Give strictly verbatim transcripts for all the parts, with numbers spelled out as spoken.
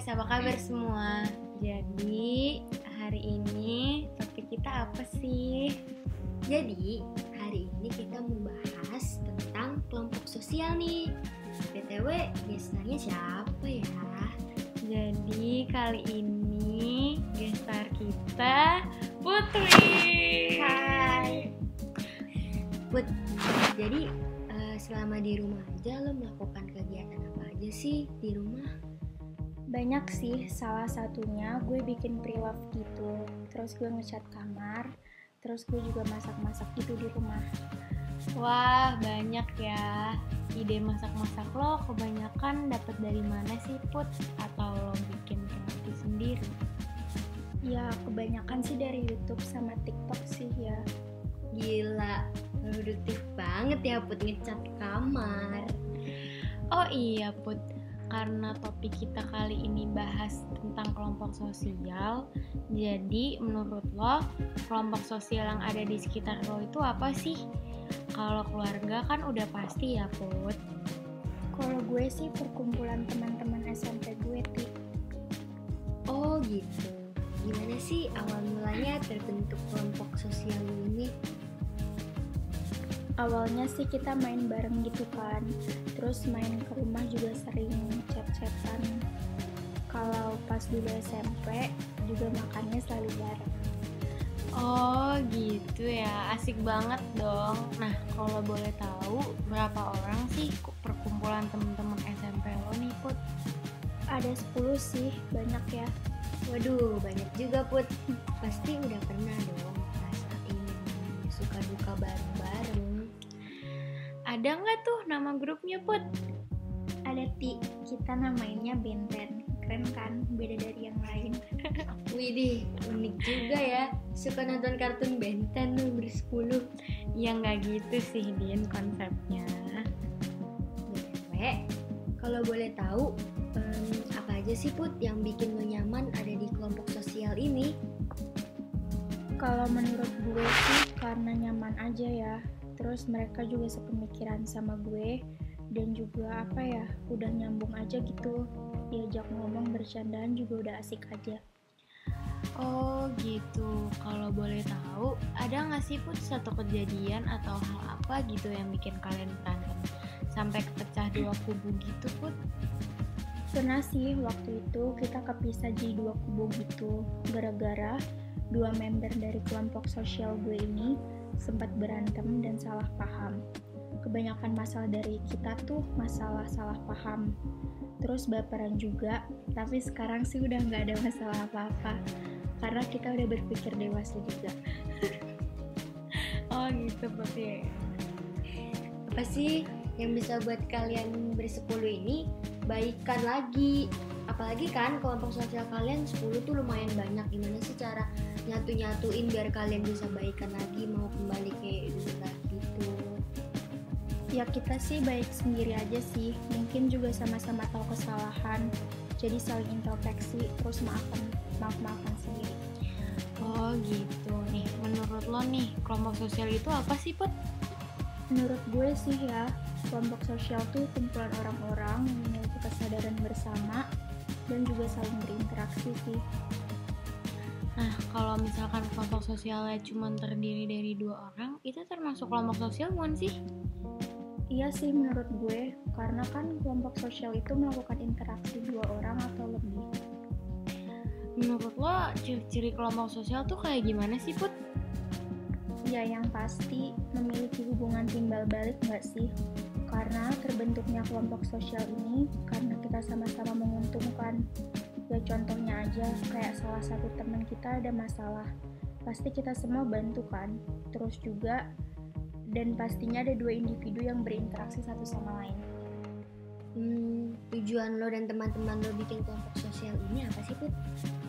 apa kabar semua? Jadi hari ini topik kita apa sih? Jadi hari ini kita mau bahas tentang kelompok sosial nih. B T W gestarnya siapa ya? Jadi kali ini gestar kita Putri. Hai Put, jadi uh, selama di rumah aja lo melakukan kegiatan apa aja sih di rumah? Banyak sih, salah satunya gue bikin pre-love gitu, terus gue ngecat kamar, terus gue juga masak-masak gitu di rumah. Wah, banyak ya. Ide masak-masak lo kebanyakan dapat dari mana sih, Put? Atau lo bikin kreatif sendiri? Ya, kebanyakan sih dari YouTube sama TikTok sih ya. Gila, produktif banget ya Put ngecat kamar. Oh iya, Put. Karena topik kita kali ini bahas tentang kelompok sosial, jadi menurut lo, kelompok sosial yang ada di sekitar lo itu apa sih? Kalau keluarga kan udah pasti ya, Put. Kalau gue sih perkumpulan teman-teman S M P gue, Ti. Oh gitu. Gimana sih awal mulanya terbentuk kelompok sosial ini? Awalnya sih kita main bareng gitu kan, terus main ke rumah juga sering chat-chatan. Kalau pas dulu S M P juga makannya selalu bareng. Oh gitu ya, asik banget dong. Nah kalau boleh tahu berapa orang sih perkumpulan teman-teman S M P lo nih, Put? Ada sepuluh sih, banyak ya. Waduh, banyak juga Put. Pasti udah pernah dong rasain suka duka bareng-bareng. Ada nggak tuh nama grupnya, Put? Ada, Ti, kita namainnya Benten. Keren kan, beda dari yang lain. Widih, unik juga ya. Suka nonton kartun Benten tuh bersepuluh. Ya nggak gitu sih, Din, konsepnya. B T W, kalau boleh tahu, um, apa aja sih Put yang bikin lo nyaman ada di kelompok sosial ini? Kalau menurut gue sih karena nyaman aja ya. Terus mereka juga sepemikiran sama gue. Dan juga apa ya, udah nyambung aja gitu. Diajak ngomong bercandaan juga udah asik aja. Oh gitu, kalau boleh tahu, ada nggak sih Put satu kejadian atau hal apa gitu yang bikin kalian berantem sampai kepecah dua kubu gitu, Put? Pernah sih waktu itu kita kepisah jadi dua kubu gitu, gara-gara dua member dari kelompok sosial gue ini sempat berantem dan salah paham. Kebanyakan masalah dari kita tuh masalah salah paham. Terus baperan juga, tapi sekarang sih udah nggak ada masalah apa-apa karena kita udah berpikir dewasa juga. Oh gitu berarti. Apa sih yang bisa buat kalian bersepuluh ini baikan lagi? Apalagi kan kelompok sosial kalian sepuluh tuh lumayan banyak. Gimana sih cara nyatu-nyatuin biar kalian bisa baikan lagi, mau kembali kayak dulu lagi gitu? Ya kita sih baik sendiri aja sih, mungkin juga sama-sama tahu kesalahan, jadi saling introspeksi, terus maafkan, maaf-maafkan sendiri. Oh gitu nih, menurut lo nih, kelompok sosial itu apa sih, Put? Menurut gue sih ya, kelompok sosial tuh kumpulan orang-orang yang memiliki kesadaran bersama dan juga saling berinteraksi sih. Nah, kalau misalkan kelompok sosialnya cuma terdiri dari dua orang, itu termasuk kelompok sosial bukan sih? Iya sih menurut gue, karena kan kelompok sosial itu melakukan interaksi dua orang atau lebih. Menurut lo, ciri-ciri kelompok sosial tuh kayak gimana sih, Put? Ya yang pasti, memiliki hubungan timbal balik nggak sih? Karena terbentuknya kelompok sosial ini karena kita sama-sama menguntungkan. Ya contohnya aja, kayak salah satu teman kita ada masalah, pasti kita semua bantu kan? Terus juga, dan pastinya ada dua individu yang berinteraksi satu sama lain. Hmm, tujuan lo dan teman-teman lo bikin kelompok sosial ini apa sih, Put?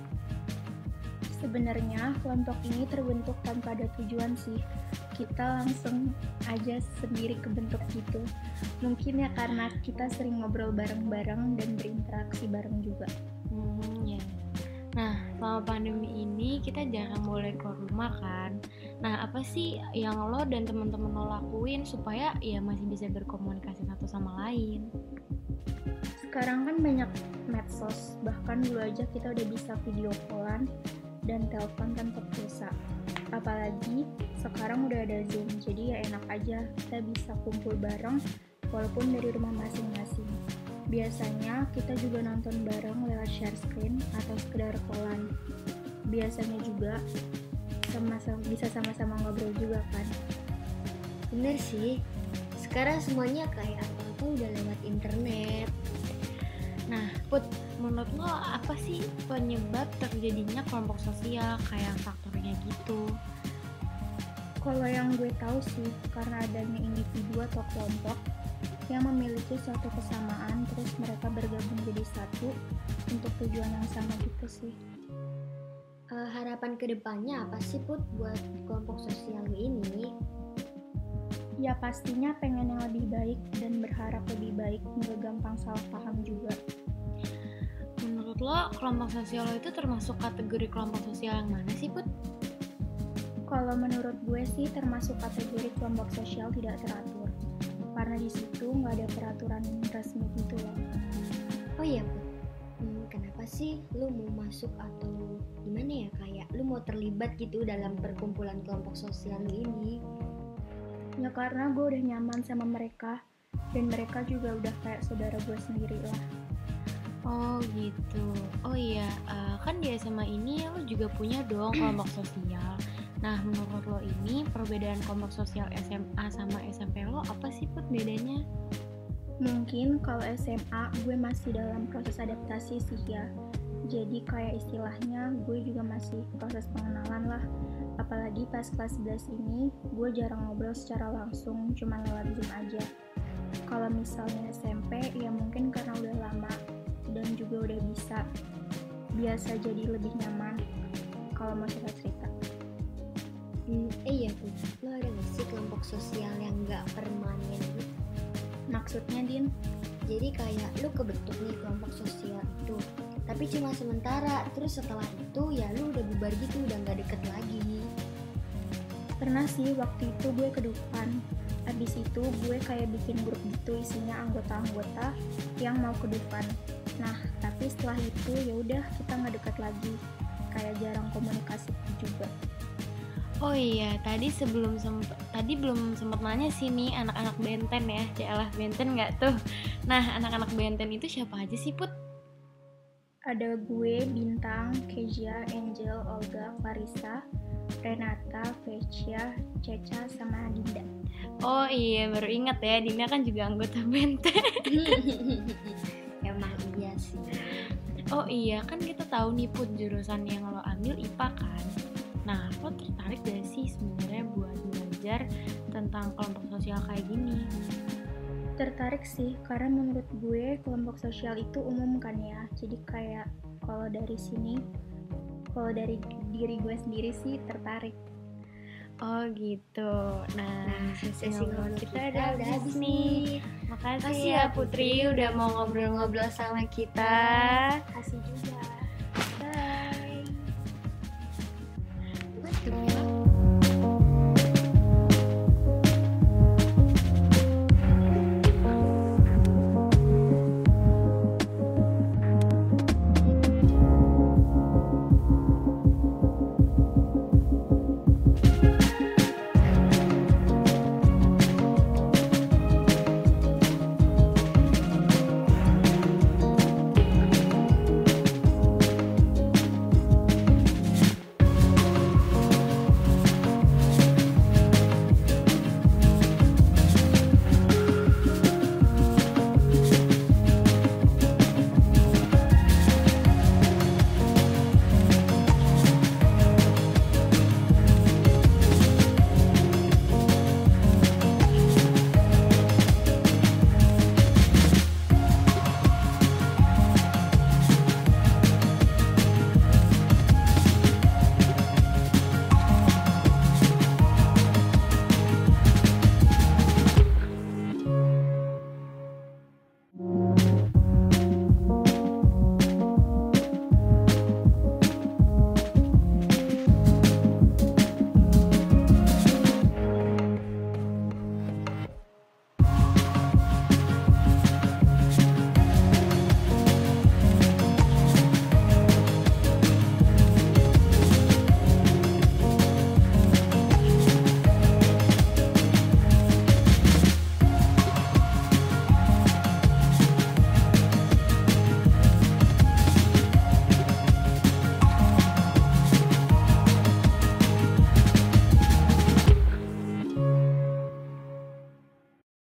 Sebenarnya kelompok ini terbentuk tanpa ada tujuan sih. Kita langsung aja sendiri kebentuk gitu. Mungkin ya karena kita sering ngobrol bareng-bareng dan berinteraksi bareng juga. Hmm, ya. Nah, selama pandemi ini kita jarang boleh keluar rumah kan. Nah, apa sih yang lo dan teman-teman lo lakuin supaya ya masih bisa berkomunikasi satu sama lain? Sekarang kan banyak medsos, bahkan dulu aja kita udah bisa video callan dan telepon tanpa pulsa. Apalagi sekarang udah ada Zoom, jadi ya enak aja kita bisa kumpul bareng walaupun dari rumah masing-masing. Biasanya kita juga nonton bareng lewat share screen atau sekedar callan. Biasanya juga sama-sama bisa sama-sama ngobrol juga kan. Bener sih, sekarang semuanya kayak apa-apa udah lewat internet. Nah, Put, menurut lo apa sih penyebab terjadinya kelompok sosial, kayak faktornya gitu? Kalau yang gue tahu sih, karena adanya individu atau kelompok yang memiliki suatu kesamaan, terus mereka bergabung jadi satu untuk tujuan yang sama gitu sih. Uh, harapan kedepannya apa sih Put buat kelompok sosial ini? Ya pastinya pengen yang lebih baik dan berharap lebih baik, nggak gampang salah paham juga. Menurut lo, kelompok sosial lo itu termasuk kategori kelompok sosial yang mana sih, Put? Kalau menurut gue sih termasuk kategori kelompok sosial tidak teratur, karena di situ nggak ada peraturan resmi gitu loh. Oh iya Put, hmm, kenapa sih lu mau masuk atau gimana ya, kayak lu mau terlibat gitu dalam perkumpulan kelompok sosial ini? Ya karena gue udah nyaman sama mereka, dan mereka juga udah kayak saudara gue sendiri lah. Oh gitu. Oh iya, uh, kan di S M A ini lo juga punya dong kelompok sosial. Nah, menurut lo ini perbedaan kelompok sosial S M A sama S M P lo apa sih Put bedanya? Mungkin kalau S M A gue masih dalam proses adaptasi sih ya. Jadi kayak istilahnya gue juga masih proses pengenalan lah. Apalagi pas kelas sebelas ini gue jarang ngobrol secara langsung, cuma lewat Zoom aja. Kalau misalnya S M P ya mungkin karena udah lama dan juga udah bisa biasa, jadi lebih nyaman kalau mau cerita-cerita. Hmm, eh iya Put, lo ada gak sih kelompok sosial yang gak permanen gitu? Maksudnya Din? Jadi kayak lu kebentuk nih kelompok sosial itu, tapi cuma sementara, terus setelah itu ya lu udah bubar gitu, udah gak deket lagi. Pernah sih waktu itu gue kedupan. Abis itu gue kayak bikin grup gitu isinya anggota-anggota yang mau kedupan. Nah, tapi setelah itu ya udah kita nggak dekat lagi, kayak jarang komunikasi juga. Oh iya, tadi sebelum sempet, tadi belum sempet nanya sih nih anak-anak Benten ya, Cialah Benten nggak tuh? Nah, anak-anak Benten itu siapa aja sih Put? Ada gue, Bintang, Kezia, Angel, Olga, Clarissa, Renata, Vecia, Ceca, sama Dinda. Oh iya, baru ingat ya, Dinda kan juga anggota Benten. Emang iya sih. Oh iya, kan kita tahu nih Put jurusan yang lo ambil I P A kan. Nah, lo tertarik gak sih sebenarnya buat belajar tentang kelompok sosial kayak gini? Tertarik sih, karena menurut gue kelompok sosial itu umum kan ya. Jadi kayak kalau dari sini, kalau dari diri gue sendiri sih tertarik. Oh gitu. Nah, Nah, sesi sesi ngobrol ngobrol kita kita udah udah habis habis nih. nih. Makasih Makasih ya ya, Putri Putri, udah mau ngobrol-ngobrol sama kita. Kasih juga. Bye. Betul.